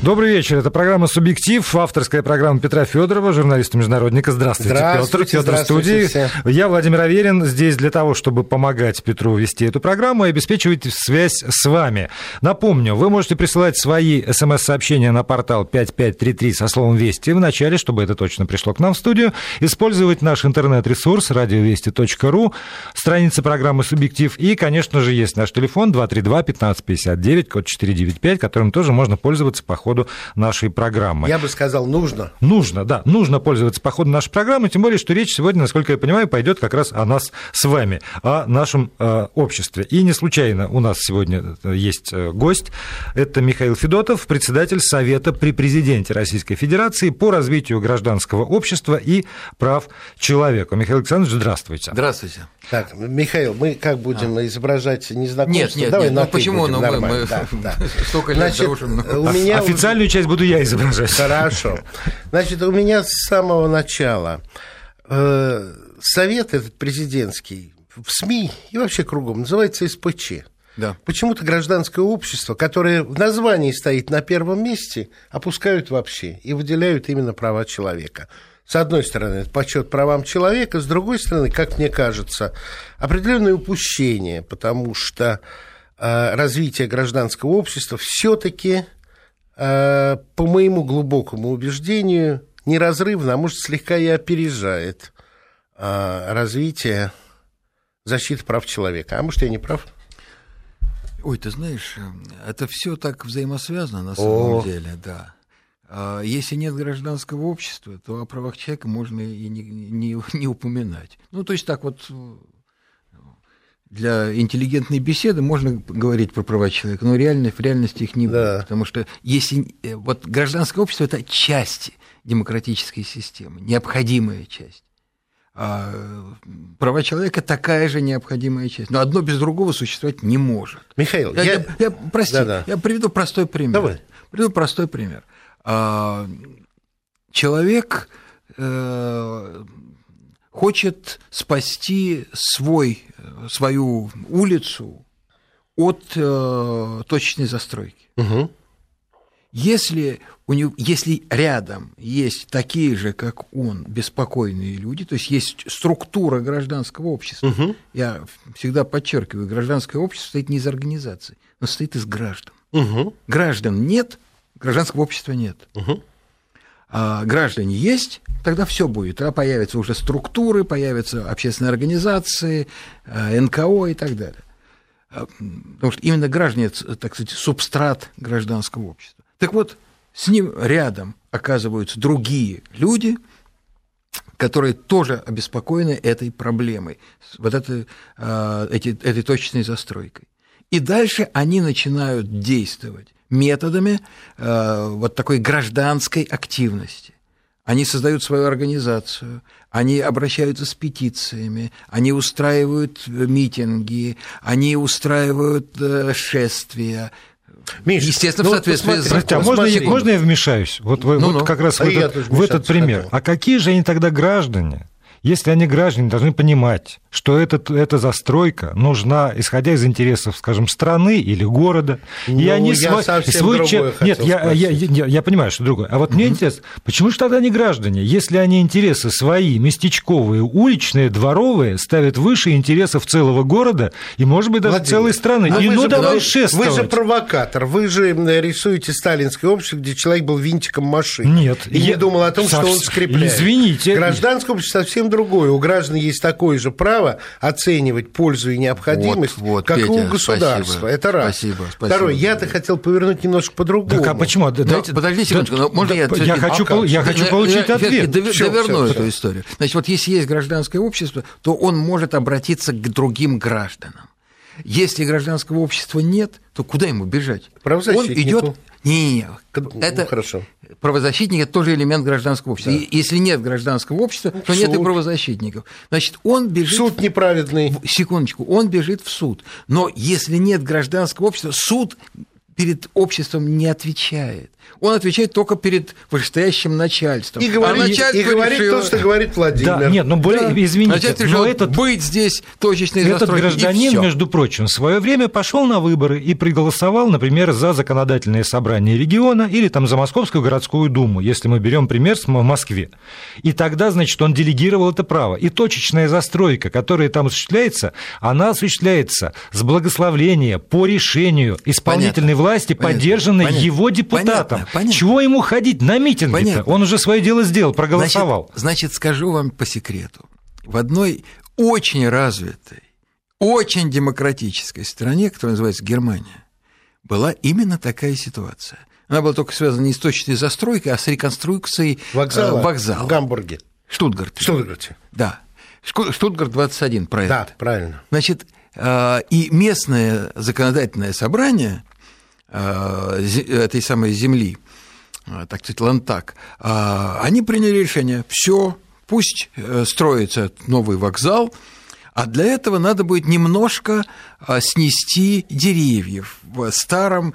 Добрый вечер. Это программа «Субъектив», авторская программа Петра Федорова, журналиста-международника. Здравствуйте, Петр. Петр в студии. Все. Я, Владимир Аверин, здесь для того, чтобы помогать Петру вести эту программу и обеспечивать связь с вами. Напомню, вы можете присылать свои СМС-сообщения на портал 5533 со словом «Вести» в начале, чтобы это точно пришло к нам в студию. Использовать наш интернет-ресурс радиовести.ру, страница программы «Субъектив». И, конечно же, есть наш телефон 232-1559, код 495, которым тоже можно пользоваться по ходу нашей программы. Я бы сказал, нужно. Нужно пользоваться по ходу нашей программы, тем более, что речь сегодня, насколько я понимаю, пойдет как раз о нас с вами, о нашем обществе. И не случайно у нас сегодня есть гость. Это Михаил Федотов, председатель Совета при президенте Российской Федерации по развитию гражданского общества и прав человека. Михаил Александрович, здравствуйте. Здравствуйте. Так, Михаил, мы как будем изображать незнакомство? Нет, Давай ну почему? будем, Мы столько лет дружим. Официальную часть буду я изображать. Хорошо. Значит, у меня с самого начала совет этот президентский в СМИ и вообще кругом называется СПЧ. Да. Почему-то гражданское общество, которое в названии стоит на первом месте, опускают вообще и выделяют именно права человека. С одной стороны, это почет правам человека, с другой стороны, как мне кажется, определенное упущение, потому что развитие гражданского общества все-таки, по моему глубокому убеждению, неразрывно, а может, слегка и опережает развитие защиты прав человека. А может, я не прав? Ой, ты знаешь, это все так взаимосвязано на самом деле, да. Если нет гражданского общества, то о правах человека можно и не упоминать. Ну, то есть так вот для интеллигентной беседы можно говорить про права человека, но в реальности их не будет. Потому что если вот гражданское общество – это часть демократической системы, необходимая часть. А права человека такая же необходимая часть. Но одно без другого существовать не может. Михаил, прости, я приведу простой пример. Давай. Приведу простой пример. Человек хочет спасти свою улицу от точечной застройки. Угу. Если рядом есть такие же, как он, беспокойные люди, то есть есть структура гражданского общества, угу. Я всегда подчеркиваю, гражданское общество состоит не из организаций, но состоит из граждан. Угу. Граждан нет, гражданского общества нет. Угу. А граждане есть, тогда все будет. Тогда появятся уже структуры, появятся общественные организации, НКО и так далее. Потому что именно граждане, так сказать, субстрат гражданского общества. Так вот, с ним рядом оказываются другие люди, которые тоже обеспокоены этой проблемой, вот этой точечной застройкой. И дальше они начинают действовать методами вот такой гражданской активности. Они создают свою организацию, они обращаются с петициями, они устраивают митинги, они устраивают шествия. Миш, естественно, в соответствии с законом. Можно я вмешаюсь? Вот как раз в этот пример. А какие же они тогда граждане? Если они граждане, должны понимать, что эта застройка нужна, исходя из интересов, скажем, страны или города. И они Нет, я понимаю, что другое. А вот мне интересно, почему же тогда они граждане, если они интересы свои, местечковые, уличные, дворовые, ставят выше интересов целого города и, может быть, даже целой страны? Давай шествовать. Вы же провокатор, вы же рисуете сталинское общество, где человек был винтиком машины. Нет. И не думал о том, что он скрепляет. Извините. Гражданское общество совсем другое. У граждан есть такое же право оценивать пользу и необходимость, как и у государства. Спасибо, это раз. Спасибо. Второе, я-то хотел повернуть немножко по-другому. Так, а почему? Подожди секундочку, можно я хочу получить ответ. Доверну эту историю. Значит, вот если есть гражданское общество, то он может обратиться к другим гражданам. Если гражданского общества нет, то куда ему бежать? Он идет. Это хорошо. Правозащитник – это тоже элемент гражданского общества. Да. Если нет гражданского общества, то нет и правозащитников. Значит, он бежит… Суд неправедный. Секундочку, он бежит в суд. Но если нет гражданского общества, суд перед обществом не отвечает. Он отвечает только перед вышестоящим начальством. И говорит то, что говорит Владимир. Да, нет, извините, но этот быть здесь точечной застройкой. Этот гражданин, между прочим, в свое время пошел на выборы и проголосовал, например, за законодательное собрание региона или там за Московскую городскую думу, если мы берем пример в Москве. И тогда, значит, он делегировал это право. И точечная застройка, которая там осуществляется, она осуществляется с благословления по решению исполнительной власти, поддержанной его депутатом. Понятно. Чего ему ходить на митинги-то? Он уже свое дело сделал, проголосовал. Значит, скажу вам по секрету. В одной очень развитой, очень демократической стране, которая называется Германия, была именно такая ситуация. Она была только связана не с точечной застройкой, а с реконструкцией вокзала. В Гамбурге. Штутгарте. Да. Штутгарт-21 проект. Да, правильно. Значит, и местное законодательное собрание этой самой земли, так сказать, Ландтаг, они приняли решение: все, пусть строится новый вокзал, а для этого надо будет немножко снести деревьев в старом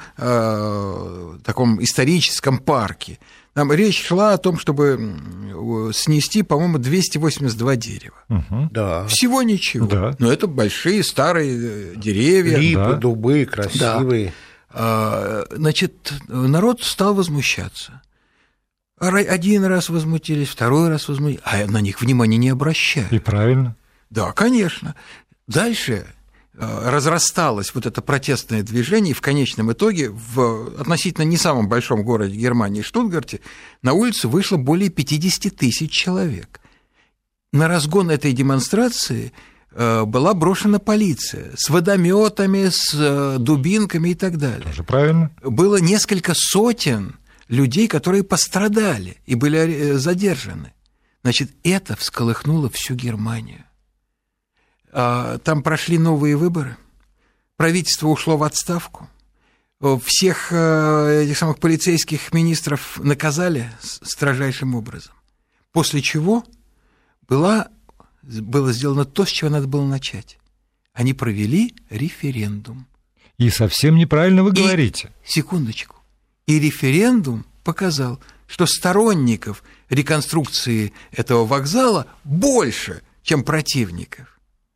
таком историческом парке. Там речь шла о том, чтобы снести, по-моему, 282 дерева. Да. Всего ничего. Да. Но это большие старые деревья. Липы, дубы красивые. Да. Значит, народ стал возмущаться. Один раз возмутились, второй раз возмутились, а на них внимания не обращали. И правильно. Да, конечно. Дальше разрасталось вот это протестное движение, и в конечном итоге в относительно не самом большом городе Германии, Штутгарте, на улицу вышло более 50 тысяч человек. На разгон этой демонстрации была брошена полиция с водометами, с дубинками и так далее. Тоже правильно. Было несколько сотен людей, которые пострадали и были задержаны. Значит, это всколыхнуло всю Германию. Там прошли новые выборы, правительство ушло в отставку, всех этих самых полицейских министров наказали строжайшим образом, после чего было сделано то, с чего надо было начать. Они провели референдум. И совсем неправильно вы говорите. Секундочку. И референдум показал, что сторонников реконструкции этого вокзала больше, чем противников.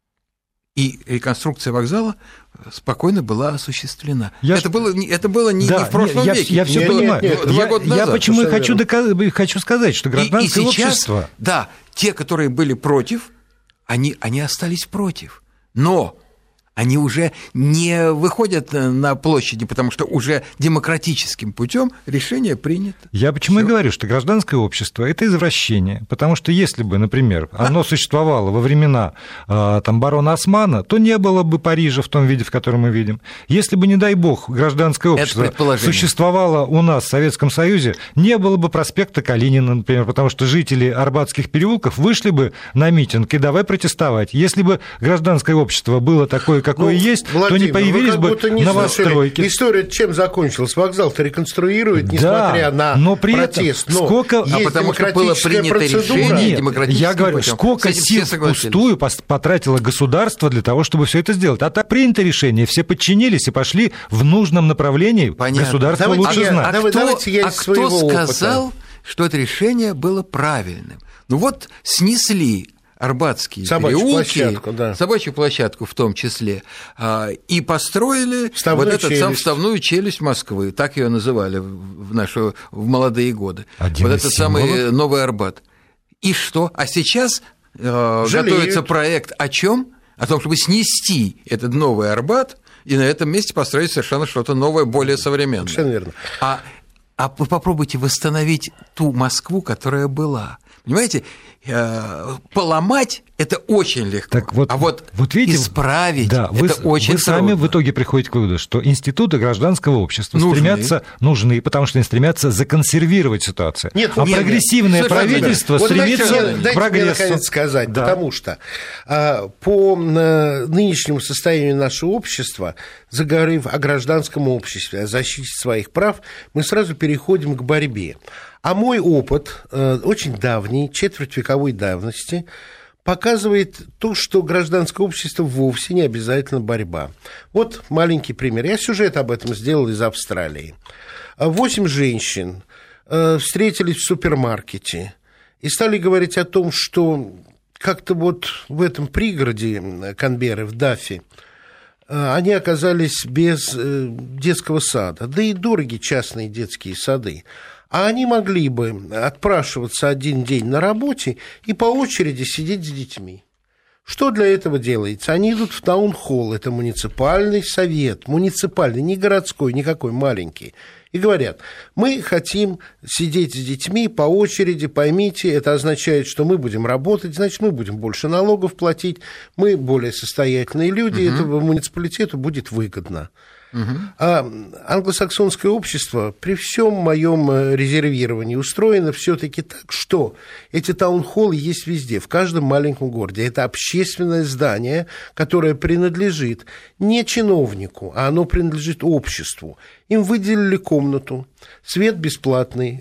И реконструкция вокзала спокойно была осуществлена. Это было не в прошлом веке. Я все понимаю. Я почему и хочу сказать, что гражданское общество... Да, те, которые были против, они остались против. Но они уже не выходят на площади, потому что уже демократическим путем решение принято. Я почему и говорю, что гражданское общество – это извращение, потому что если бы, например, оно существовало во времена барона Османа, то не было бы Парижа в том виде, в котором мы видим. Если бы, не дай бог, гражданское общество существовало у нас в Советском Союзе, не было бы проспекта Калинина, например, потому что жители Арбатских переулков вышли бы на митинг и давай протестовать. Если бы гражданское общество было такое, какое есть, Владимир, то не появились бы новостройки. История чем закончилась? Вокзал-то реконструируют, несмотря на протест. Потому что было принято решение демократическим Я говорю, путем. сколько сил впустую потратило государство для того, чтобы все это сделать. А так принято решение, все подчинились и пошли в нужном направлении. Понятно. Государство лучше знает. Кто сказал, что это решение было правильным? Ну вот снесли Арбатские переулки, собачью площадку в том числе, и построили вставную челюсть Москвы, так ее называли в молодые годы. Вот этот самый Новый Арбат. И что? А сейчас готовится проект о чем? О том, чтобы снести этот Новый Арбат и на этом месте построить совершенно что-то новое, более современное. Совершенно верно. А вы попробуйте восстановить ту Москву, которая была. Понимаете, поломать – это очень легко, а вот видите, исправить – это очень трудно. Вы сами в итоге приходите к выводу, что институты гражданского общества нужны, потому что они стремятся законсервировать ситуацию. Прогрессивное правительство стремится к прогрессу. Дайте мне наконец сказать, потому что по нынешнему состоянию нашего общества, заговорив о гражданском обществе, о защите своих прав, мы сразу переходим к борьбе. А мой опыт, очень давний, четвертьвековой давности, показывает то, что гражданское общество вовсе не обязательно борьба. Вот маленький пример. Я сюжет об этом сделал из Австралии. 8 женщин встретились в супермаркете и стали говорить о том, что как-то вот в этом пригороде Канберры, в Даффи, они оказались без детского сада. Да и дороги частные детские сады. А они могли бы отпрашиваться один день на работе и по очереди сидеть с детьми. Что для этого делается? Они идут в таун-холл, это муниципальный совет, муниципальный, не городской, никакой, маленький, и говорят, мы хотим сидеть с детьми по очереди, поймите, это означает, что мы будем работать, значит, мы будем больше налогов платить, мы более состоятельные люди, этого муниципалитету будет выгодно. А англосаксонское общество при всем моем резервировании устроено все-таки так, что эти таунхоллы есть везде, в каждом маленьком городе. Это общественное здание, которое принадлежит не чиновнику, а оно принадлежит обществу. Им выделили комнату, свет бесплатный,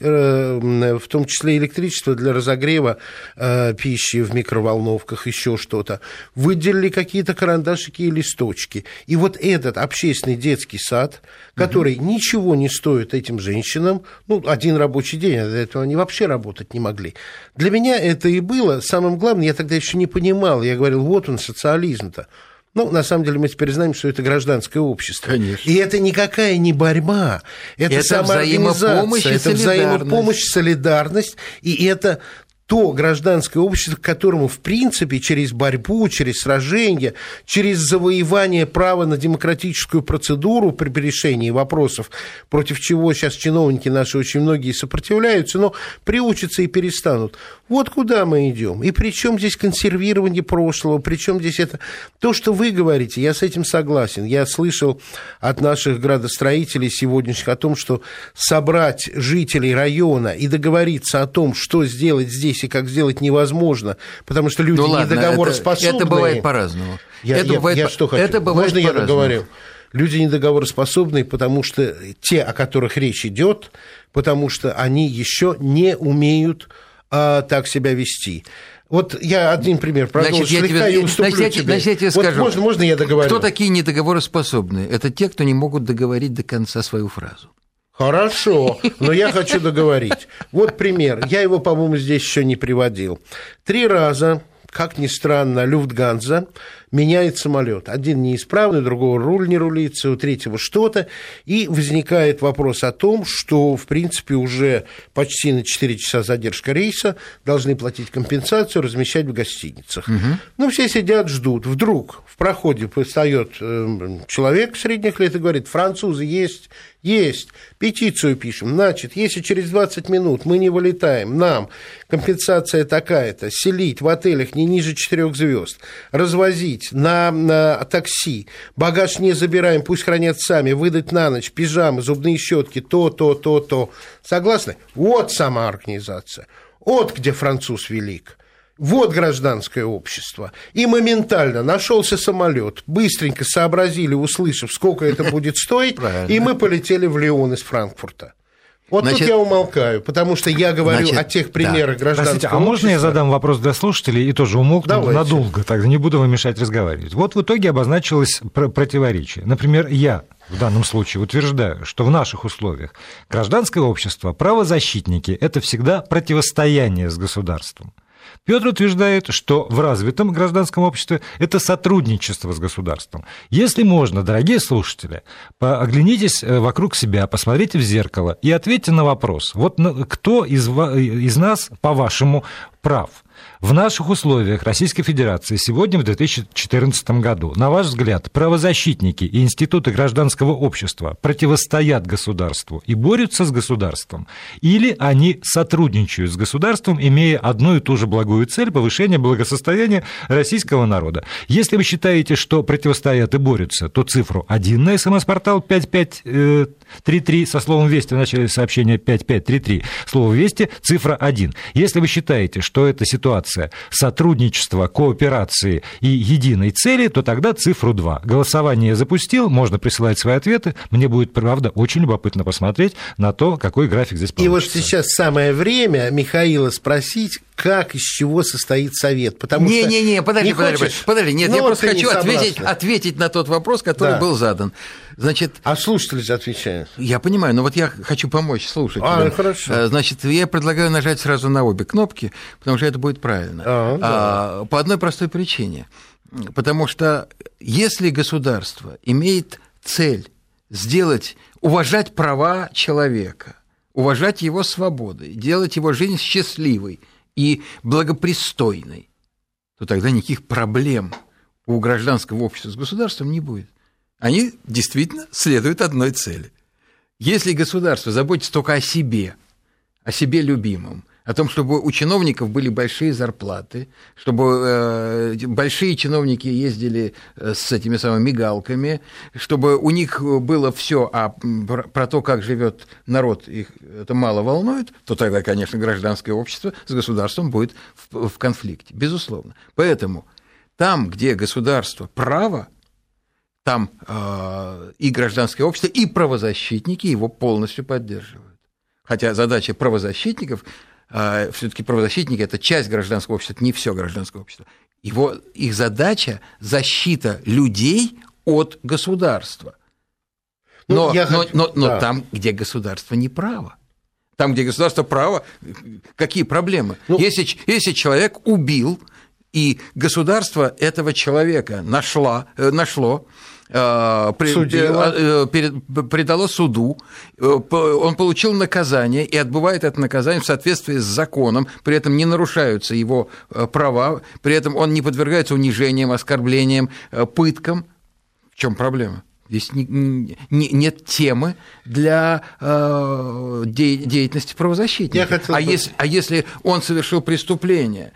в том числе электричество для разогрева пищи в микроволновках, еще что-то. Выделили какие-то карандашики и листочки. И вот этот общественный детский сад, который ничего не стоит этим женщинам, один рабочий день, а до этого они вообще работать не могли. Для меня это и было самым главным. Я тогда еще не понимал. Я говорил, вот он, социализм-то. На самом деле мы теперь знаем, что это гражданское общество. Конечно. И это никакая не борьба, это самоорганизация, это взаимопомощь, солидарность, и это то гражданское общество, к которому, в принципе, через борьбу, через сражение, через завоевание права на демократическую процедуру при решении вопросов, против чего сейчас чиновники наши очень многие сопротивляются, но приучатся и перестанут. Вот куда мы идем. И при чем здесь консервирование прошлого, при чем здесь это... То, что вы говорите, я с этим согласен. Я слышал от наших градостроителей сегодняшних о том, что собрать жителей района и договориться о том, что сделать здесь и как сделать, невозможно, потому что люди недоговороспособные. Это бывает по-разному. Я что хочу? Можно я договорю? Люди недоговороспособные, потому что те, о которых речь идет, потому что они еще не умеют так себя вести. Вот я один пример продолжу, слегка и уступлю тебе. Значит, я тебе скажу. Можно я договорю? Кто такие недоговороспособные? Это те, кто не могут договорить до конца свою фразу. Хорошо, но я хочу договорить. Вот пример. Я его, по-моему, здесь еще не приводил. 3 раза, как ни странно, Люфтганза меняет самолет. Один неисправный, другого руль не рулится, у третьего что-то. И возникает вопрос о том, что, в принципе, уже почти на 4 часа задержка рейса, должны платить компенсацию, размещать в гостиницах. Все сидят, ждут. Вдруг в проходе встает человек средних лет и говорит, французы есть, петицию пишем. Значит, если через 20 минут мы не вылетаем, нам компенсация такая-то, селить в отелях не ниже 4 звезд, развозить на такси, багаж не забираем, пусть хранят сами, выдать на ночь пижамы, зубные щетки, то. Согласны? Вот самоорганизация. Вот где француз велик. Вот гражданское общество. И моментально нашелся самолет, быстренько сообразили, услышав, сколько это будет стоить, и мы полетели в Лион из Франкфурта. Вот тут я умолкаю, потому что я говорю о тех примерах гражданского общества. А можно я задам вопрос для слушателей и тоже умолкну надолго, тогда не буду вам мешать разговаривать. Вот в итоге обозначилось противоречие. Например, я в данном случае утверждаю, что в наших условиях гражданское общество, правозащитники – это всегда противостояние с государством. Петр утверждает, что в развитом гражданском обществе это сотрудничество с государством. Если можно, дорогие слушатели, оглянитесь вокруг себя, посмотрите в зеркало и ответьте на вопрос. Вот кто из нас, по-вашему, прав? В наших условиях Российской Федерации сегодня, в 2014 году, на ваш взгляд, правозащитники и институты гражданского общества противостоят государству и борются с государством? Или они сотрудничают с государством, имея одну и ту же благую цель – повышение благосостояния российского народа? Если вы считаете, что противостоят и борются, то цифру 1 на СМС-портал 5533 со словом «Вести» в начале сообщения 5533, слово «Вести», цифра 1. Если вы считаете, что эта ситуация сотрудничества, кооперации и единой цели, то тогда цифру 2. Голосование я запустил, можно присылать свои ответы. Мне будет, правда, очень любопытно посмотреть на то, какой график здесь получится. И вот сейчас самое время Михаила спросить, как, из чего состоит совет. Потому что подожди, нет, я просто хочу ответить на тот вопрос, который был задан. Значит, а слушатели же отвечают. Я понимаю, но вот я хочу помочь слушателям. Хорошо. Значит, я предлагаю нажать сразу на обе кнопки, потому что это будет правильно. По одной простой причине. Потому что если государство имеет цель уважать права человека, уважать его свободы, делать его жизнь счастливой и благопристойной, то тогда никаких проблем у гражданского общества с государством не будет. Они действительно следуют одной цели. Если государство заботится только о себе любимом, о том, чтобы у чиновников были большие зарплаты, чтобы большие чиновники ездили с этими самыми мигалками, чтобы у них было все, а про то, как живет народ, их это мало волнует, то тогда, конечно, гражданское общество с государством будет в конфликте, безусловно. Поэтому там, где государство право, там и гражданское общество, и правозащитники его полностью поддерживают. Хотя задача правозащитников все-таки правозащитники – это часть гражданского общества, это не все гражданское общество. Их задача – защита людей от государства. Но там, где государство не право. Там, где государство право, какие проблемы? Если человек убил, и государство этого человека нашло, передало суду, он получил наказание и отбывает это наказание в соответствии с законом, при этом не нарушаются его права, при этом он не подвергается унижениям, оскорблениям, пыткам. В чем проблема? Здесь нет темы для деятельности правозащитника. А если он совершил преступление,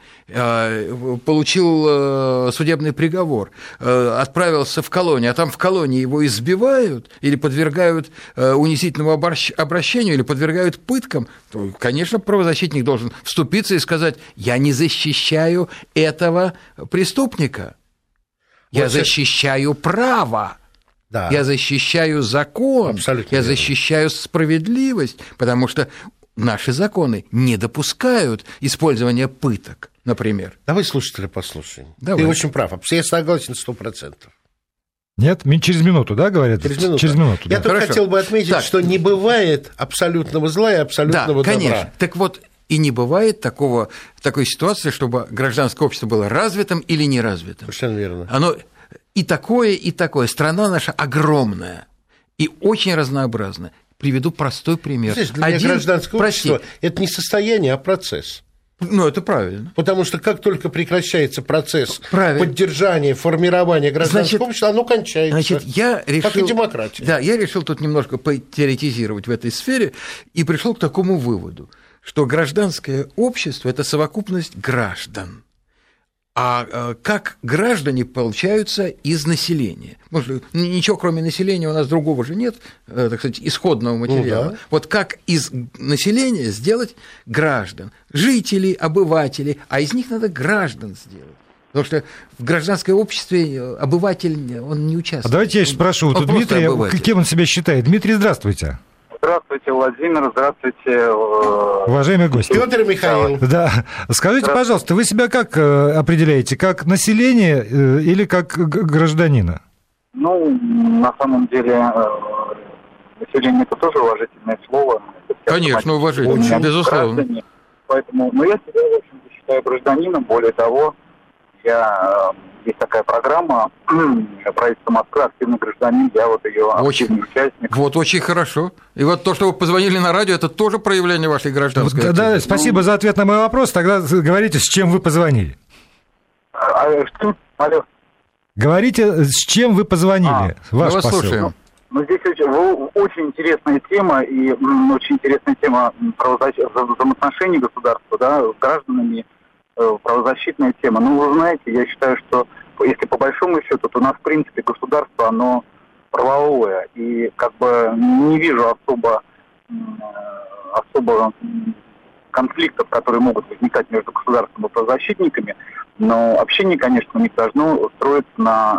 получил судебный приговор, отправился в колонию, а там в колонии его избивают или подвергают унизительному обращению, или подвергают пыткам, то, конечно, правозащитник должен вступиться и сказать: я не защищаю этого преступника, я защищаю право. Да. Я защищаю закон, абсолютно я защищаю справедливость, потому что наши законы не допускают использования пыток, например. Давай слушателя послушаем. Ты очень прав, я согласен 100%. Нет? Через минуту, да, говорят? Через минуту. Я только хотел бы отметить, что не бывает абсолютного зла и абсолютного добра. Конечно. Так вот, и не бывает такой ситуации, чтобы гражданское общество было развитым или неразвитым. Совершенно верно. Оно и такое, и такое. Страна наша огромная и очень разнообразная. Приведу простой пример. Здесь для меня гражданское общество – это не состояние, а процесс. Это правильно. Потому что как только прекращается процесс поддержания, формирования гражданского общества, оно кончается. Как и демократия. Да, я решил тут немножко потеоретизировать в этой сфере и пришел к такому выводу, что гражданское общество – это совокупность граждан. А как граждане получаются из населения? Ничего, кроме населения, у нас другого же нет, так сказать, исходного материала. Да. Вот как из населения сделать граждан, жителей, обывателей, а из них надо граждан сделать. Потому что в гражданском обществе обыватель, он не участвует. Давайте я спрошу у Дмитрия, кем он себя считает. Дмитрий, здравствуйте. Здравствуйте, Владимир, здравствуйте. Уважаемые гости. Петр Михаил. Да. Скажите, пожалуйста, вы себя как определяете? Как население или как гражданина? На самом деле, население – это тоже уважительное слово. Конечно, уважительное, безусловно. Граждане. Поэтому, я себя, в общем-то, считаю гражданином. Более того, есть такая программа правительства Москвы «Активный гражданин», я ее активный участник. Очень хорошо. И вот то, что вы позвонили на радио, это тоже проявление вашей гражданской активности. Да, спасибо за ответ на мой вопрос. Тогда говорите, с чем вы позвонили. Что? Алло. Говорите, с чем вы позвонили. Ваш посыл. Слушаем. Здесь очень интересная тема, и очень интересная тема взаимоотношений государства, с гражданами, правозащитная тема. Вы знаете, я считаю, что если по большому счету, то у нас, в принципе, государство, оно правовое, и не вижу особо конфликтов, которые могут возникать между государством и правозащитниками, но общение, конечно, у них должно строиться на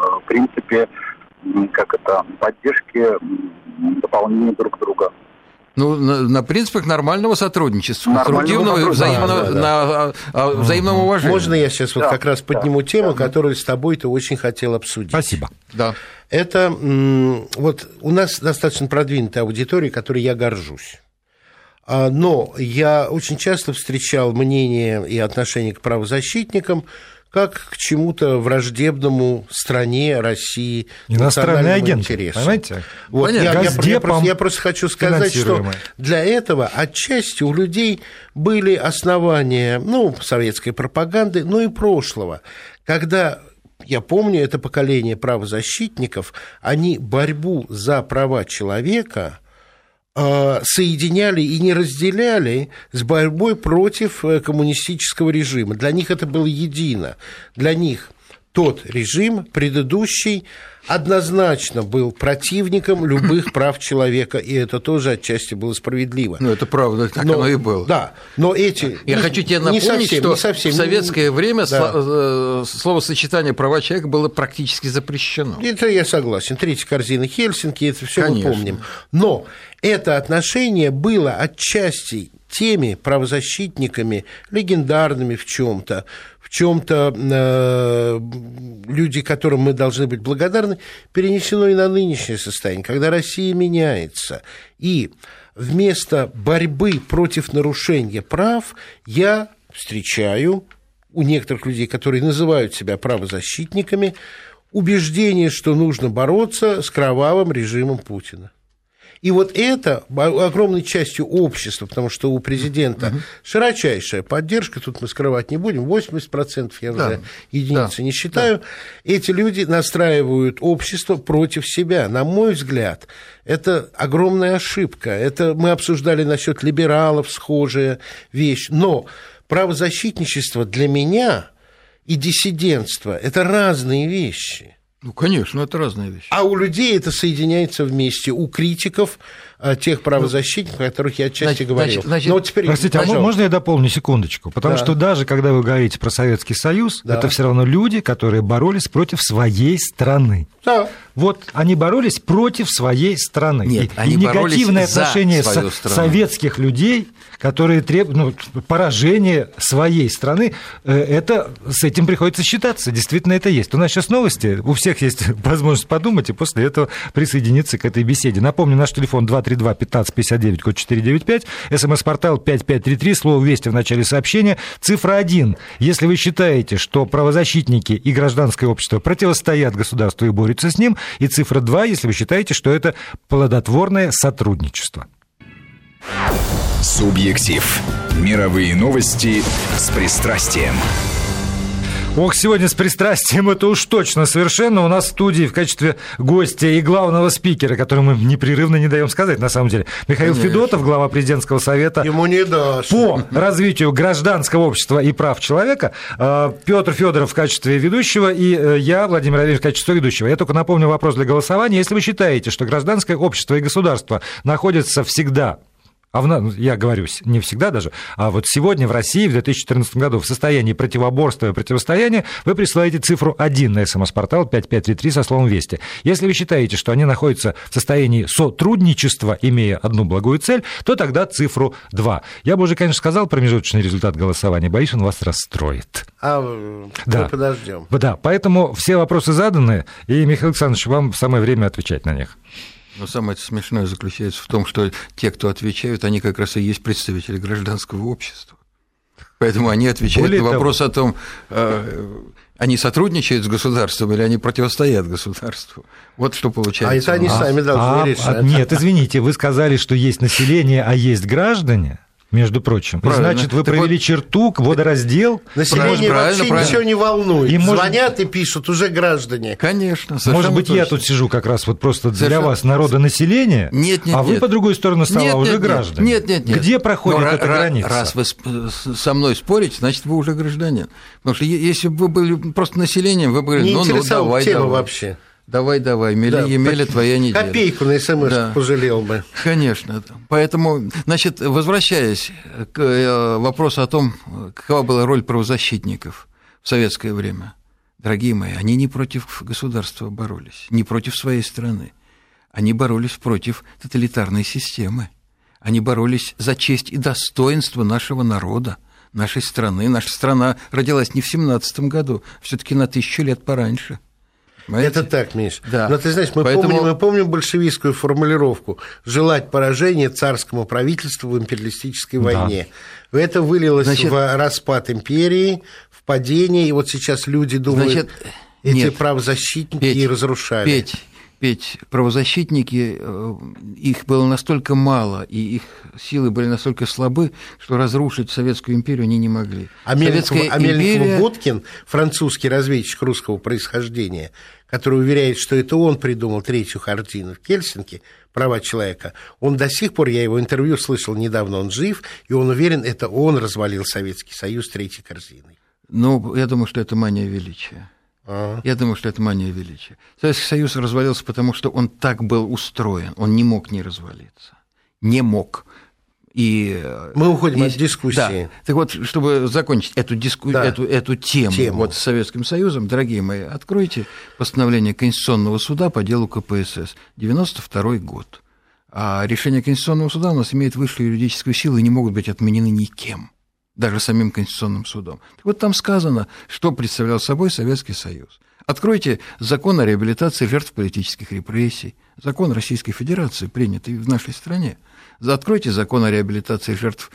принципе поддержки, дополнения друг друга. Ну, на принципах нормального сотрудничества, конструктивного, взаимного уважения. Можно я сейчас вот как раз подниму тему, которую с тобой-то очень хотел обсудить? Спасибо. Да. Это вот у нас достаточно продвинутая аудитория, которой я горжусь. Но я очень часто встречал мнение и отношение к правозащитникам как к чему-то враждебному стране, России, иностранный агент, интересу. Понимаете? Вот я просто хочу сказать, что для этого отчасти у людей были основания, советской пропаганды, но и прошлого, когда... Я помню, это поколение правозащитников, они борьбу за права человека соединяли и не разделяли с борьбой против коммунистического режима. Для них это было едино. Для них тот режим, предыдущий, однозначно был противником любых прав человека, и это тоже отчасти было справедливо. Ну, это правда, так оно и было. Да, но эти... Я хочу тебе напомнить, что в советское время словосочетание «права человека» было практически запрещено. Это я согласен. Третья корзина Хельсинки, это все мы помним. Но это отношение было отчасти теми правозащитниками, легендарными в чем-то люди, которым мы должны быть благодарны, перенесено и на нынешнее состояние, когда Россия меняется. И вместо борьбы против нарушения прав я встречаю у некоторых людей, которые называют себя правозащитниками, убеждение, что нужно бороться с кровавым режимом Путина. И вот это огромной частью общества, потому что у президента широчайшая поддержка, тут мы скрывать не будем, 80% я уже единицы не считаю, эти люди настраивают общество против себя. На мой взгляд, это огромная ошибка. Это мы обсуждали насчет либералов, схожая вещь. Но правозащитничество для меня и диссидентство – это разные вещи. Ну, конечно, это разные вещи. А у людей это соединяется вместе, у критиков, тех правозащитников, о которых я отчасти говорил. Вот теперь, простите, можно я дополню секундочку? Потому что даже когда вы говорите про Советский Союз, это все равно люди, которые боролись против своей страны. Да. Вот они боролись против своей страны. Нет, и негативное отношение советских людей, которые требуют поражения своей страны, с этим приходится считаться. Действительно, это есть. У нас сейчас новости, у всех есть возможность подумать и после этого присоединиться к этой беседе. Напомню, наш телефон 232-1559, код 495, СМС-портал 5533, слово «Вести» в начале сообщения. Цифра 1. Если вы считаете, что правозащитники и гражданское общество противостоят государству и борются с ним, и цифра 2, если вы считаете, что это плодотворное сотрудничество. Субъектив. Мировые новости с пристрастием. Ох, сегодня с пристрастием это уж точно совершенно. У нас в студии в качестве гостя и главного спикера, которому мы непрерывно не даем сказать, на самом деле, Михаил Федотов, глава президентского совета по развитию гражданского общества и прав человека, Петр Федоров в качестве ведущего и я, Владимир Владимирович, в качестве ведущего. Я только напомню вопрос для голосования. Если вы считаете, что гражданское общество и государство находятся всегда... я говорю, не всегда даже, а вот сегодня в России в 2014 году в состоянии противоборства и противостояния, вы присылаете цифру 1 на СМС-портал 5533 со словом «Вести». Если вы считаете, что они находятся в состоянии сотрудничества, имея одну благую цель, то тогда цифру 2. Я бы уже, конечно, сказал промежуточный результат голосования, боюсь, он вас расстроит. Мы подождем. Да, поэтому все вопросы заданы, и, Михаил Александрович, вам самое время отвечать на них. Но самое смешное заключается в том, что те, кто отвечают, они как раз и есть представители гражданского общества. Поэтому они отвечают на вопрос о том, они сотрудничают с государством или они противостоят государству. Вот что получается. А это они сами должны решать. Нет, извините, вы сказали, что есть население, а есть граждане. Между прочим. Значит, вы провели черту, водораздел. Население вообще ничего не волнует. Звонят и пишут уже граждане. Конечно. Может быть, я тут сижу как раз вот просто для вас, народонаселение, а вы по другой стороне стола уже граждане. Нет. Где проходит эта граница? Раз вы со мной спорите, значит, вы уже гражданин. Потому что если бы вы были просто населением, вы были, давай. Тема вообще. Давай, Емеля, твоя неделя. Копейку на СМС пожалел бы. Конечно. Поэтому, значит, возвращаясь к вопросу о том, какова была роль правозащитников в советское время, дорогие мои, они не против государства боролись, не против своей страны. Они боролись против тоталитарной системы. Они боролись за честь и достоинство нашего народа, нашей страны. Наша страна родилась не в 17 году, все-таки на 1000 лет пораньше. Понимаете? Это так, Миш. Да. Но ты знаешь, мы помним большевистскую формулировку «желать поражения царскому правительству в империалистической войне». Да. Это вылилось в распад империи, в падение, и вот сейчас люди думают, эти правозащитники и разрушали. Петь, правозащитники, их было настолько мало, и их силы были настолько слабы, что разрушить Советскую империю они не могли. А Мельников-Боткин, французский разведчик русского происхождения, который уверяет, что это он придумал третью картину в Хельсинки «Права человека», он до сих пор, я его интервью слышал недавно, он жив, и он уверен, это он развалил Советский Союз третьей корзиной. Ну, я думаю, что это мания величия. Я думаю, что это мания величия. Советский Союз развалился, потому что он так был устроен, он не мог не развалиться. Не мог. И мы уходим от дискуссии. Да. Так вот, чтобы закончить эту тему вот с Советским Союзом, дорогие мои, откройте постановление Конституционного суда по делу КПСС, 92 год. А решения Конституционного суда у нас имеют высшую юридическую силу и не могут быть отменены никем, даже самим Конституционным судом. Так вот там сказано, что представлял собой Советский Союз. Откройте закон о реабилитации жертв политических репрессий, закон Российской Федерации, принятый в нашей стране. Откройте закон о реабилитации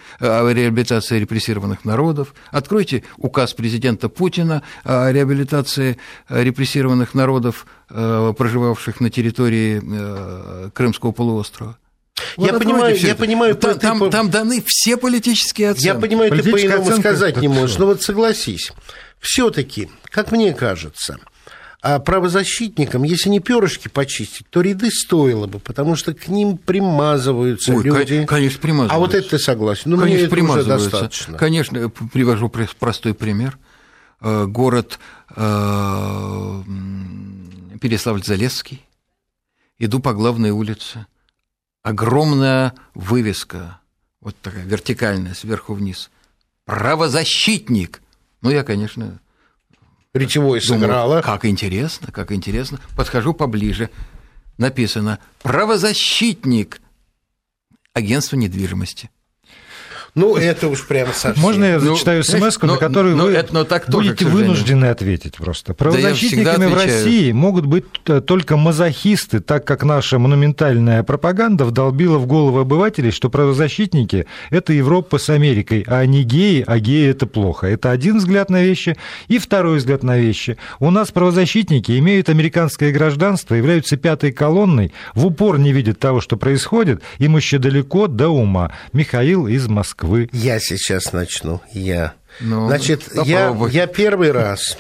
репрессированных народов, откройте указ президента Путина о реабилитации репрессированных народов, проживавших на территории Крымского полуострова. Вот я понимаю, там даны все политические оценки. Я понимаю, ты по-иному сказать не можешь, но вот согласись, все-таки, как мне кажется, а правозащитникам, если не перышки почистить, то ряды стоило бы, потому что к ним примазываются люди. Конечно, примазываются. А вот это ты согласен? Ну, мне это уже достаточно. Конечно, привожу простой пример. Город Переславль-Залесский. Иду по главной улице. Огромная вывеска, вот такая вертикальная, сверху вниз. «Правозащитник». Ну, я, конечно... Речевое сыграла. Как интересно. Подхожу поближе. Написано «Правозащитник. Агентство недвижимости». Ну, это уж прямо совсем. Можно я зачитаю смс-ку, на которую вы будете вынуждены ответить просто? Правозащитниками в России могут быть только мазохисты, так как наша монументальная пропаганда вдолбила в головы обывателей, что правозащитники – это Европа с Америкой, а не геи, а геи – это плохо. Это один взгляд на вещи. И второй взгляд на вещи. У нас правозащитники имеют американское гражданство, являются пятой колонной, в упор не видят того, что происходит, им еще далеко до ума. Михаил из Москвы. Я сейчас начну. Значит, я первый раз,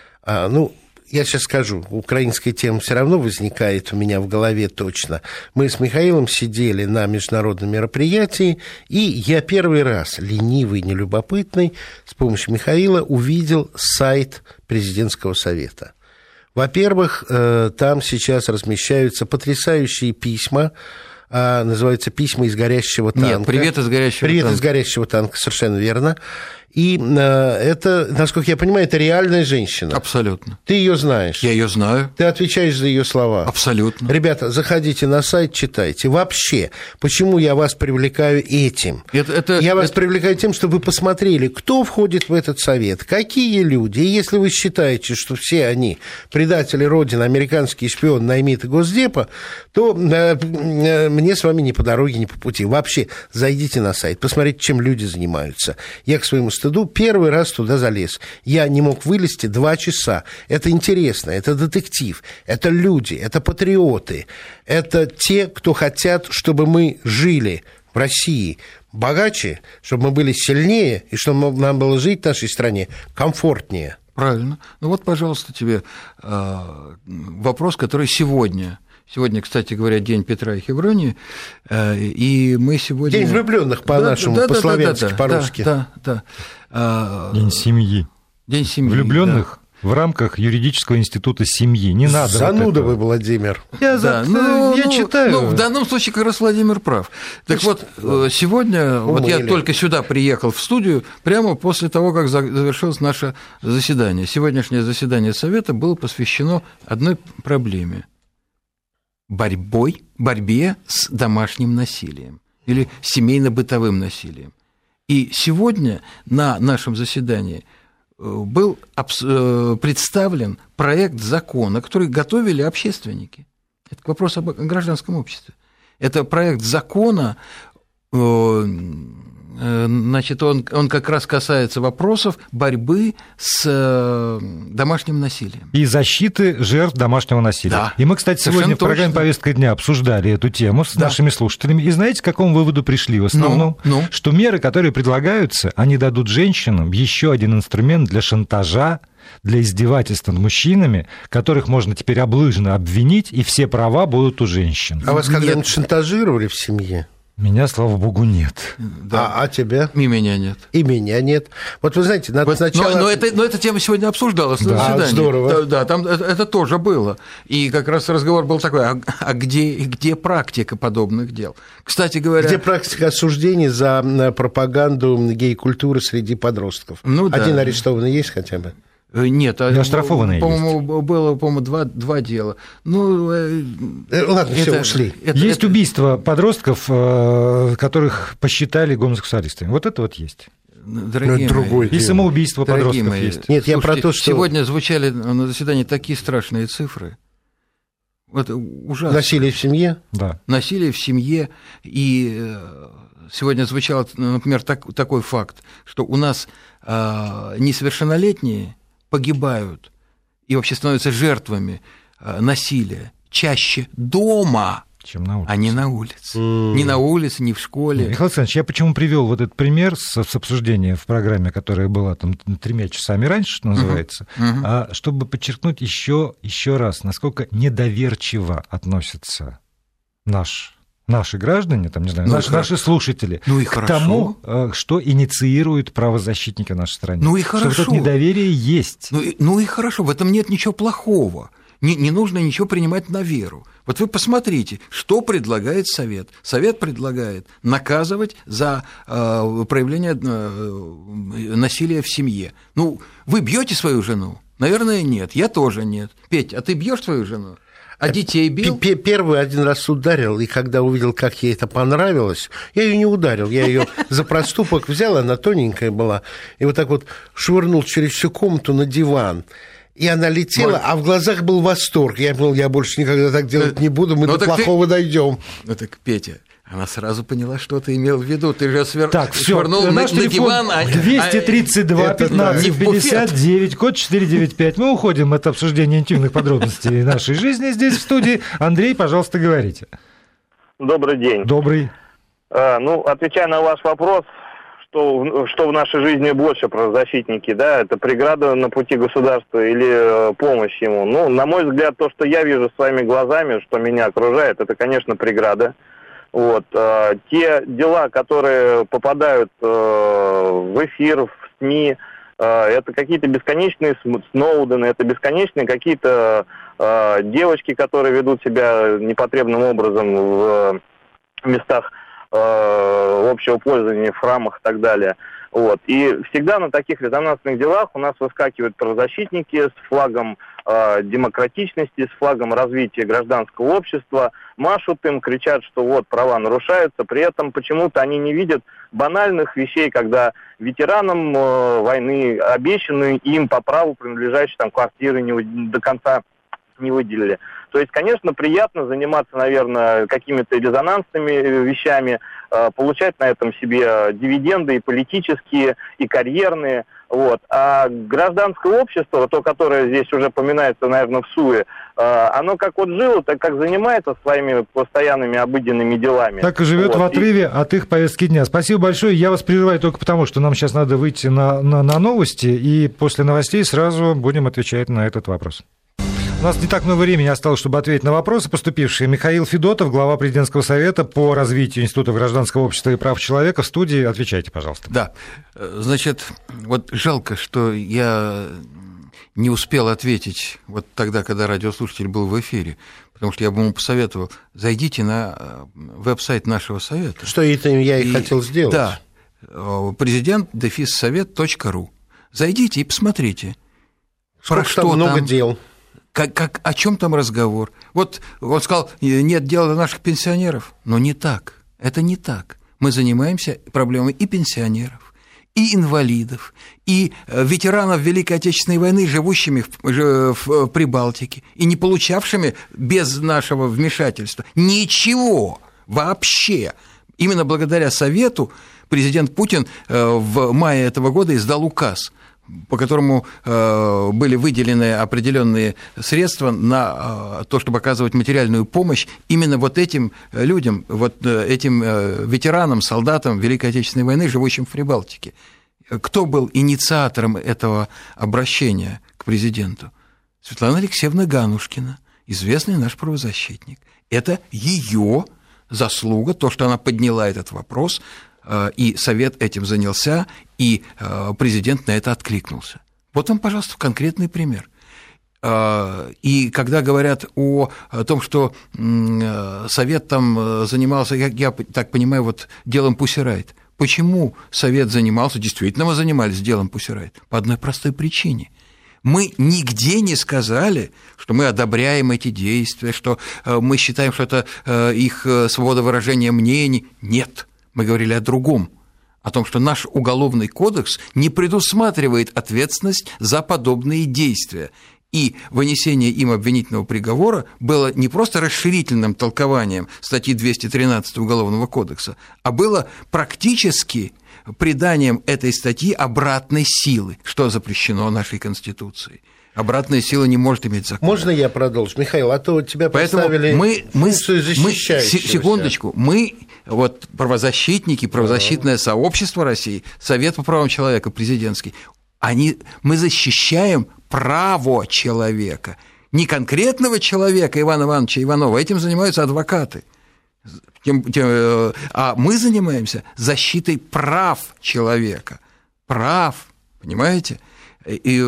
я сейчас скажу, украинская тема все равно возникает у меня в голове точно. Мы с Михаилом сидели на международном мероприятии, и я первый раз, ленивый, нелюбопытный, с помощью Михаила увидел сайт Президентского совета. Во-первых, там сейчас размещаются потрясающие письма, называются «Письма из горящего танка». Нет, «Привет из горящего танка». «Привет из горящего танка», совершенно верно. И это, насколько я понимаю, это реальная женщина. Абсолютно. Ты ее знаешь? Я ее знаю. Ты отвечаешь за ее слова? Абсолютно. Ребята, заходите на сайт, читайте. Вообще, почему я вас привлекаю этим? Я вас привлекаю тем, чтобы вы посмотрели, кто входит в этот совет, какие люди. И если вы считаете, что все они предатели Родины, американские шпионы, наймиты Госдепа, то мне с вами ни по дороге, ни по пути. Вообще, зайдите на сайт, посмотрите, чем люди занимаются. Я к своему стыду первый раз туда залез. Я не мог вылезти 2 часа. Это интересно, это детектив, это люди, это патриоты, это те, кто хотят, чтобы мы жили в России богаче, чтобы мы были сильнее, и чтобы нам было жить в нашей стране комфортнее. Правильно. Ну вот, пожалуйста, тебе вопрос, который сегодня, кстати говоря, День Петра и Хевронии, и мы сегодня... День влюбленных по-нашему, по-славянски, по-русски. Да. День семьи. День семьи. Влюбленных в рамках юридического института семьи. Не надо. Зануда вы, Владимир. Я читаю. В данном случае как раз Владимир прав. Так вот, сегодня, вот я только сюда приехал в студию, прямо после того, как завершилось наше заседание. Сегодняшнее заседание Совета было посвящено одной проблеме. Борьбе с домашним насилием. или семейно-бытовым насилием. И сегодня на нашем заседании был представлен проект закона, который готовили общественники. Это вопрос об гражданском обществе. Это проект закона, значит, он как раз касается вопросов борьбы с домашним насилием. И защиты жертв домашнего насилия. Да. И мы, кстати, сегодня в программе «Повестка дня» обсуждали эту тему с нашими слушателями. И знаете, к какому выводу пришли в основном? Что меры, которые предлагаются, они дадут женщинам еще один инструмент для шантажа, для издевательства над мужчинами, которых можно теперь облыжно обвинить, и все права будут у женщин. А вас когда-нибудь шантажировали в семье? Меня, слава богу, нет. Да. А тебя? И меня нет. И меня нет. Вот вы знаете, надо сначала... Но эта тема сегодня обсуждалась на заседании. Здорово. Да, там это тоже было. И как раз разговор был такой, а где практика подобных дел? Кстати говоря... Где практика осуждений за пропаганду гей-культуры среди подростков? Один арестованный есть хотя бы? Нет, оштрафованные по-моему, было, два дела. Ладно, все, ушли. Есть убийства подростков, которых посчитали гомосексуалистами. Вот это вот есть. Дорогие и самоубийство подростков мои. Есть. Нет, я про то, что... Сегодня звучали на заседании такие страшные цифры. Это ужасно. Насилие в семье? Да. Насилие в семье. И сегодня звучал, например, такой факт, что у нас несовершеннолетние погибают и вообще становятся жертвами насилия чаще дома, чем на улице. А не на улице. Ни на улице, ни в школе. Михаил Александрович, я почему привел вот этот пример с обсуждения в программе, которая была там 3 часами раньше, что называется, чтобы подчеркнуть еще раз, насколько недоверчиво относятся наши граждане, там, не знаю, наши слушатели к тому, что инициируют правозащитники в нашей стране. Ну и хорошо. Что вот это недоверие есть. Ну и хорошо, в этом нет ничего плохого. Не нужно ничего принимать на веру. Вот вы посмотрите, что предлагает Совет. Совет предлагает наказывать за проявление насилия в семье. Ну, вы бьете свою жену? Наверное, нет. Я тоже нет. Петь, а ты бьешь свою жену? А детей бил? Первый один раз ударил, и когда увидел, как ей это понравилось, я ее не ударил, я ее за проступок взял, она тоненькая была, и вот так вот швырнул через всю комнату на диван. И она летела, а в глазах был восторг. Я думал, я больше никогда так делать не буду, мы до плохого дойдем. Ну так, Петя, она сразу поняла, что ты имел в виду. Ты же швырнул на диван. 232 15 59, код 495. Мы уходим от обсуждения интимных подробностей нашей жизни здесь, в студии. Андрей, пожалуйста, говорите. Добрый день. Добрый. Отвечая на ваш вопрос, что в нашей жизни больше правозащитники, да, это преграда на пути государства или помощь ему? Ну, на мой взгляд, то, что я вижу своими глазами, что меня окружает, это, конечно, преграда. Вот. Те дела, которые попадают в эфир, в СМИ, это какие-то бесконечные Сноудены, это бесконечные какие-то девочки, которые ведут себя непотребным образом в местах общего пользования, в храмах и так далее. Вот. И всегда на таких резонансных делах у нас выскакивают правозащитники с флагом демократичности, с флагом развития гражданского общества, машут им, кричат, что вот права нарушаются, при этом почему-то они не видят банальных вещей, когда ветеранам войны обещаны им по праву принадлежащие там квартиры до конца не выделили. То есть, конечно, приятно заниматься, наверное, какими-то резонансными вещами, получать на этом себе дивиденды и политические, и карьерные. Вот. А гражданское общество, то, которое здесь уже поминается, наверное, в СУЕ, оно как вот жило, так как занимается своими постоянными обыденными делами. Так и живет в отрыве от их повестки дня. Спасибо большое. Я вас прерываю только потому, что нам сейчас надо выйти на новости, и после новостей сразу будем отвечать на этот вопрос. У нас не так много времени осталось, чтобы ответить на вопросы поступившие. Михаил Федотов, глава Президентского совета по развитию Института гражданского общества и прав человека в студии. Отвечайте, пожалуйста. Да. Значит, вот жалко, что я не успел ответить вот тогда, когда радиослушатель был в эфире, потому что я бы ему посоветовал, зайдите на веб-сайт нашего совета. Что это я и хотел сделать. Да. Президент-совет.ру. Зайдите и посмотрите. Сколько там много дел. О чем там разговор? Вот он сказал, нет дела до наших пенсионеров. Но не так. Это не так. Мы занимаемся проблемой и пенсионеров, и инвалидов, и ветеранов Великой Отечественной войны, живущими в Прибалтике, и не получавшими без нашего вмешательства ничего вообще. Именно благодаря Совету президент Путин в мае этого года издал указ, по которому были выделены определенные средства на то, чтобы оказывать материальную помощь именно вот этим людям, вот этим ветеранам, солдатам Великой Отечественной войны, живущим в Прибалтике. Кто был инициатором этого обращения к президенту? Светлана Алексеевна Ганушкина, известный наш правозащитник. Это ее заслуга, то, что она подняла этот вопрос, и Совет этим занялся, и президент на это откликнулся. Вот вам, пожалуйста, конкретный пример. И когда говорят о том, что Совет там занимался, я так понимаю, вот делом Pussy Riot. Почему Совет занимался, действительно мы занимались делом Pussy Riot? По одной простой причине. Мы нигде не сказали, что мы одобряем эти действия, что мы считаем, что это их свобода выражения мнений. Нет. Мы говорили о другом, о том, что наш уголовный кодекс не предусматривает ответственность за подобные действия. И вынесение им обвинительного приговора было не просто расширительным толкованием статьи 213 Уголовного кодекса, а было практически приданием этой статьи обратной силы, что запрещено нашей Конституцией. Обратная сила не может иметь закон. Можно я продолжу? Михаил, а то тебя поставили функцию защищающегося. Секундочку, мы, вот правозащитники, правозащитное сообщество России, Совет по правам человека президентский, мы защищаем право человека, не конкретного человека Ивана Ивановича Иванова, этим занимаются адвокаты. А мы занимаемся защитой прав человека. Прав, понимаете? И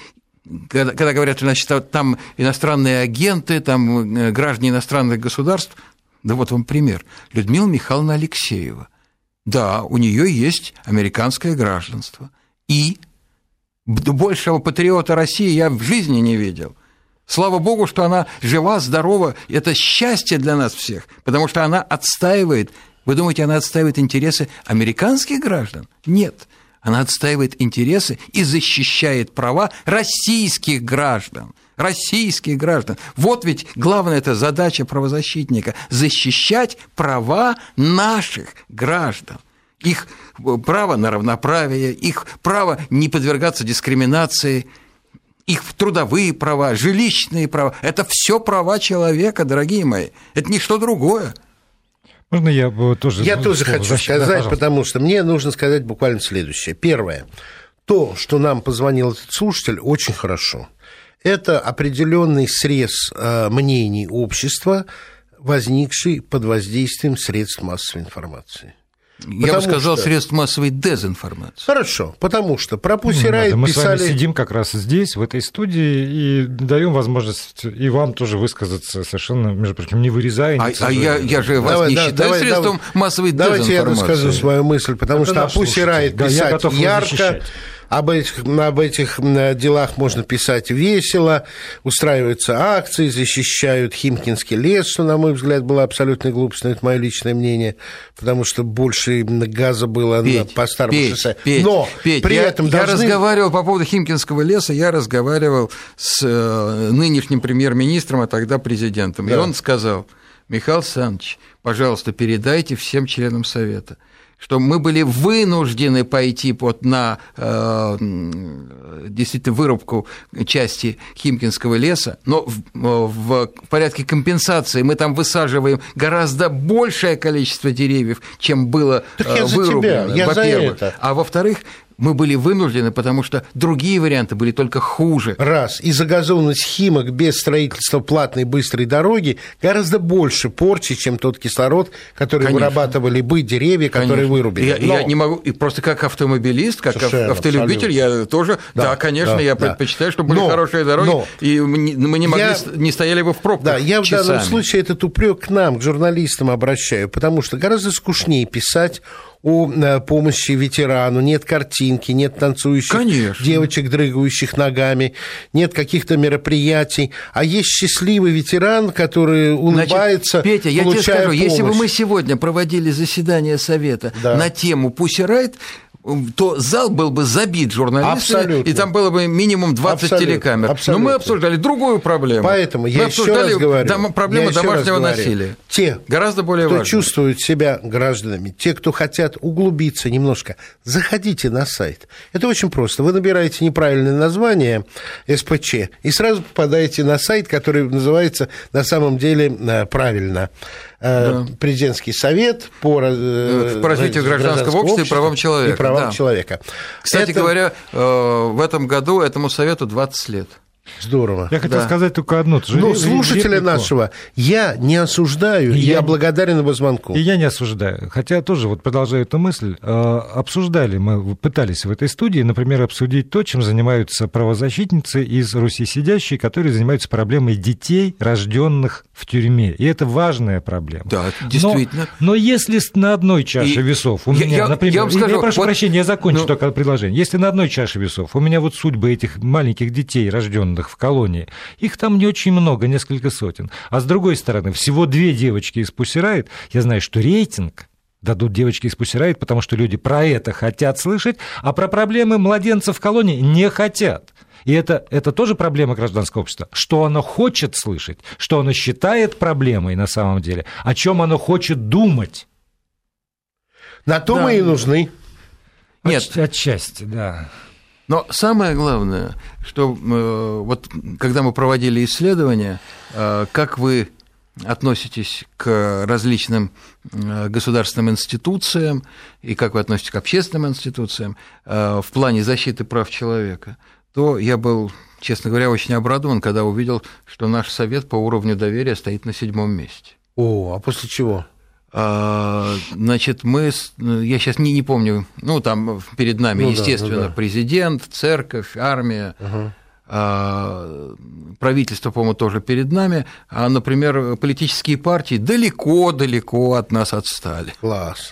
когда говорят, значит, там иностранные агенты, там граждане иностранных государств, да вот вам пример. Людмила Михайловна Алексеева. Да, у нее есть американское гражданство. И большего патриота России я в жизни не видел. Слава богу, что она жива, здорова. Это счастье для нас всех, потому что она отстаивает. Вы думаете, она отстаивает интересы американских граждан? Нет. Она отстаивает интересы и защищает права российских граждан. Российских граждан. Вот ведь главная эта задача правозащитника – защищать права наших граждан. Их право на равноправие, их право не подвергаться дискриминации, их трудовые права, жилищные права – это все права человека, дорогие мои. Это не что другое. Можно я тоже... Я тоже хочу сказать, да, потому что мне нужно сказать буквально следующее. Первое. То, что нам позвонил этот слушатель, очень хорошо. Это определенный срез мнений общества, возникший под воздействием средств массовой информации. Я бы сказал, средств массовой дезинформации. Хорошо, потому что про Pussy Riot мы писали... Мы с вами сидим как раз здесь, в этой студии, и даем возможность и вам тоже высказаться совершенно, между прочим, не вырезая. Я же вас не считаю средством массовой дезинформации. Давайте я расскажу свою мысль, потому что о Pussy Riot писать ярко, об этих делах можно писать весело, устраиваются акции, защищают Химкинский лес, что, на мой взгляд, была абсолютной глупостью, это мое личное мнение, потому что больше газа было по старому шоссе. Но при этом я разговаривал по поводу Химкинского леса, я разговаривал с нынешним премьер-министром, а тогда президентом, и он сказал: Михаил Александрович, пожалуйста, передайте всем членам Совета, что мы были вынуждены пойти на действительно вырубку части Химкинского леса, но в порядке компенсации мы там высаживаем гораздо большее количество деревьев, чем было вырублено, во-первых. А во-вторых, мы были вынуждены, потому что другие варианты были только хуже. Раз. И загазованность Химок без строительства платной быстрой дороги гораздо больше порчи, чем тот кислород, который вырабатывали бы деревья, которые вырубили. Я не могу, и просто как автомобилист, как автолюбитель, я тоже, конечно, я предпочитаю, чтобы были хорошие дороги, и мы не стояли бы в пробках часами. Я в данном случае этот упрек к нам, к журналистам, обращаю, потому что гораздо скучнее писать о помощи ветерану, нет картинки, нет танцующих девочек, дрыгающих ногами, нет каких-то мероприятий, а есть счастливый ветеран, который улыбается, Петя, я тебе скажу, помощь. Если бы мы сегодня проводили заседание Совета на тему «Pussy Riot», то зал был бы забит журналистами, и там было бы минимум 20 телекамер. Но мы обсуждали другую проблему. Поэтому я еще раз говорю, проблему домашнего насилия. Те, гораздо более кто чувствует себя гражданами, те, кто хотят углубиться немножко, заходите на сайт. Это очень просто. Вы набираете неправильное название СПЧ и сразу попадаете на сайт, который называется на самом деле правильно. Президентский совет по развитию гражданского общества и правам человека. Кстати говоря, в этом году этому совету 20 лет. Здорово. Я хотел сказать только одно. Слушателя нашего я не осуждаю, я благодарен его звонку. И я не осуждаю. Хотя тоже вот продолжаю эту мысль. Обсуждали, мы пытались в этой студии, например, обсудить то, чем занимаются правозащитницы из Руси сидящие, которые занимаются проблемой детей, рожденных в тюрьме. И это важная проблема. Да, действительно. Но если на одной чаше весов у меня, например, я прошу прощения, я закончу только предложение. Если на одной чаше весов у меня вот судьбы этих маленьких детей, рожденных в колонии, их там не очень много, несколько сотен. А с другой стороны, всего 2 девочки из Pussy Riot, я знаю, что рейтинг дадут девочки из Pussy Riot, потому что люди про это хотят слышать, а про проблемы младенцев в колонии не хотят. И это тоже проблема гражданского общества. Что оно хочет слышать, что оно считает проблемой на самом деле, о чем оно хочет думать. На то мы и нужны. Нет. Отчасти, да. Но самое главное, что вот когда мы проводили исследования, как вы относитесь к различным государственным институциям и как вы относитесь к общественным институциям в плане защиты прав человека, то я был, честно говоря, очень обрадован, когда увидел, что наш совет по уровню доверия стоит на 7-м месте. А после чего? Значит, я сейчас не помню, там перед нами, естественно, президент, церковь, армия, правительство, по-моему, тоже перед нами, а, например, политические партии далеко-далеко от нас отстали. Класс.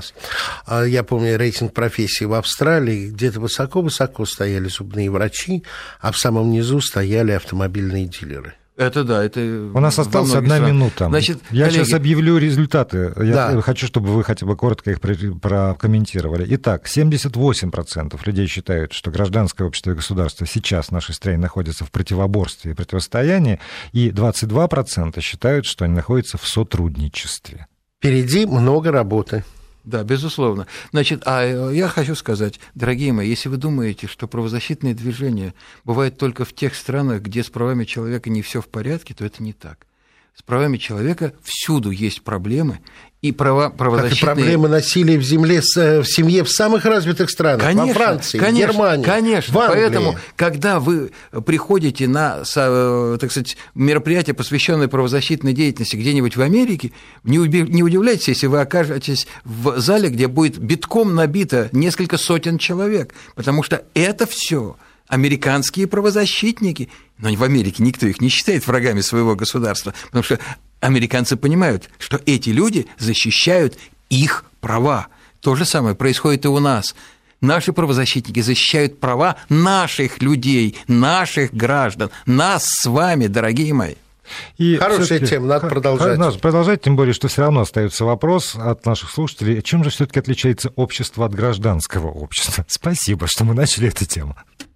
Я помню рейтинг профессий в Австралии, где-то высоко-высоко стояли зубные врачи, а в самом низу стояли автомобильные дилеры. Это да, это... У нас осталась 1 минута. Значит, я сейчас объявлю результаты. Я хочу, чтобы вы хотя бы коротко их прокомментировали. Итак, 78% людей считают, что гражданское общество и государство сейчас в нашей стране находятся в противоборстве и противостоянии, и 22% считают, что они находятся в сотрудничестве. Впереди много работы. Да, безусловно. Значит, я хочу сказать, дорогие мои, если вы думаете, что правозащитные движения бывают только в тех странах, где с правами человека не все в порядке, то это не так. С правами человека всюду есть проблемы, и правозащитные... Как и проблемы насилия в семье в самых развитых странах, во Франции, в Германии, конечно. в Англии. Поэтому, когда вы приходите на, так сказать, мероприятие, посвященное правозащитной деятельности где-нибудь в Америке, не удивляйтесь, если вы окажетесь в зале, где будет битком набито несколько сотен человек, потому что это все американские правозащитники. Но в Америке никто их не считает врагами своего государства, потому что американцы понимают, что эти люди защищают их права. То же самое происходит и у нас. Наши правозащитники защищают права наших людей, наших граждан, нас с вами, дорогие мои. И хорошая тема, надо продолжать. Надо продолжать, тем более, что все равно остается вопрос от наших слушателей, чем же все-таки отличается общество от гражданского общества? Спасибо, что мы начали эту тему.